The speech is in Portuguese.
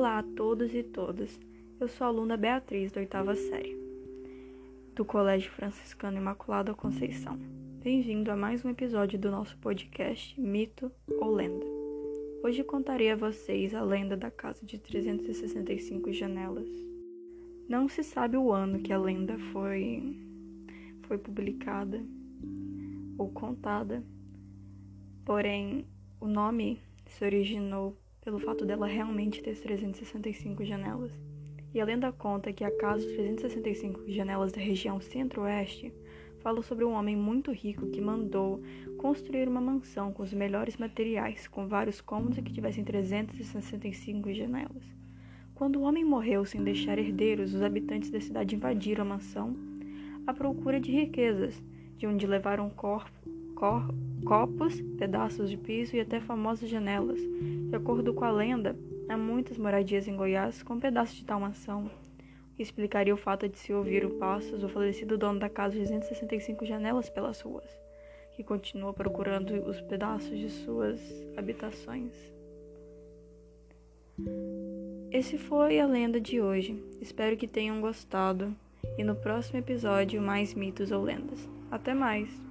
Olá a todos e todas. Eu sou a aluna Beatriz, da 8ª série, do Colégio Franciscano Imaculada Conceição. Bem-vindo a mais um episódio do nosso podcast Mito ou Lenda. Hoje contarei a vocês a lenda da Casa de 365 Janelas. Não se sabe o ano que a lenda foi publicada ou contada, porém o nome se originou pelo fato dela realmente ter 365 janelas. E a lenda conta que a casa de 365 janelas da região centro-oeste fala sobre um homem muito rico que mandou construir uma mansão com os melhores materiais, com vários cômodos que tivessem 365 janelas. Quando o homem morreu sem deixar herdeiros, os habitantes da cidade invadiram a mansão à procura de riquezas, de onde levaram copos, pedaços de piso e até famosas janelas. De acordo com a lenda, há muitas moradias em Goiás com pedaços de tal mansão, o que explicaria o fato de se ouvir o passos do falecido dono da casa de 265 janelas pelas ruas, que continua procurando os pedaços de suas habitações. Esse foi a lenda de hoje. Espero que tenham gostado e no próximo episódio mais mitos ou lendas. Até mais!